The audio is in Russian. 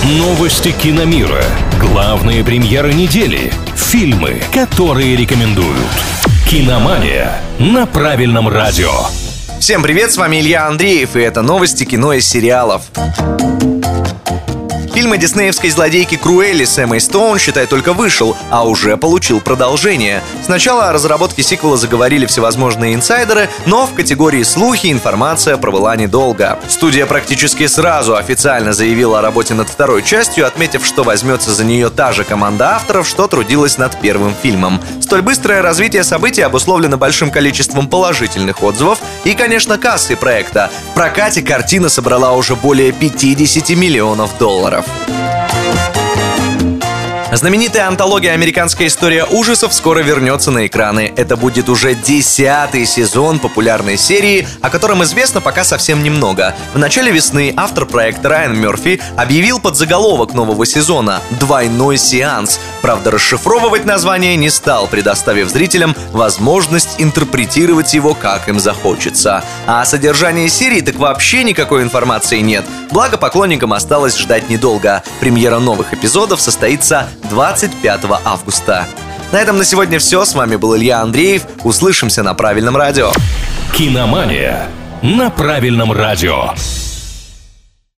Новости киномира. Главные премьеры недели. Фильмы, которые рекомендуют. Киномания на правильном радио. Всем привет, с вами Илья Андреев, и это новости кино и сериалов. Фильм о диснеевской злодейке Круэлли с Эммой Стоун, считай, только вышел, а уже получил продолжение. Сначала о разработке сиквела заговорили всевозможные инсайдеры, но в категории слухи информация пробыла недолго. Студия практически сразу официально заявила о работе над второй частью, отметив, что возьмется за нее та же команда авторов, что трудилась над первым фильмом. Столь быстрое развитие событий обусловлено большим количеством положительных отзывов и, конечно, кассой проекта. В прокате картина собрала уже более 50 миллионов долларов. Знаменитая антология «Американская история ужасов» скоро вернется на экраны. Это будет уже 10-й сезон популярной серии, о котором известно пока совсем немного. В начале весны автор проекта Райан Мерфи объявил подзаголовок нового сезона «Двойной сеанс». Правда, расшифровывать название не стал, предоставив зрителям возможность интерпретировать его, как им захочется. А о содержании серии так вообще никакой информации нет. Благо, поклонникам осталось ждать недолго. Премьера новых эпизодов состоится 25 августа. На этом на сегодня все. С вами был Илья Андреев. Услышимся на правильном радио. Киномания на правильном радио.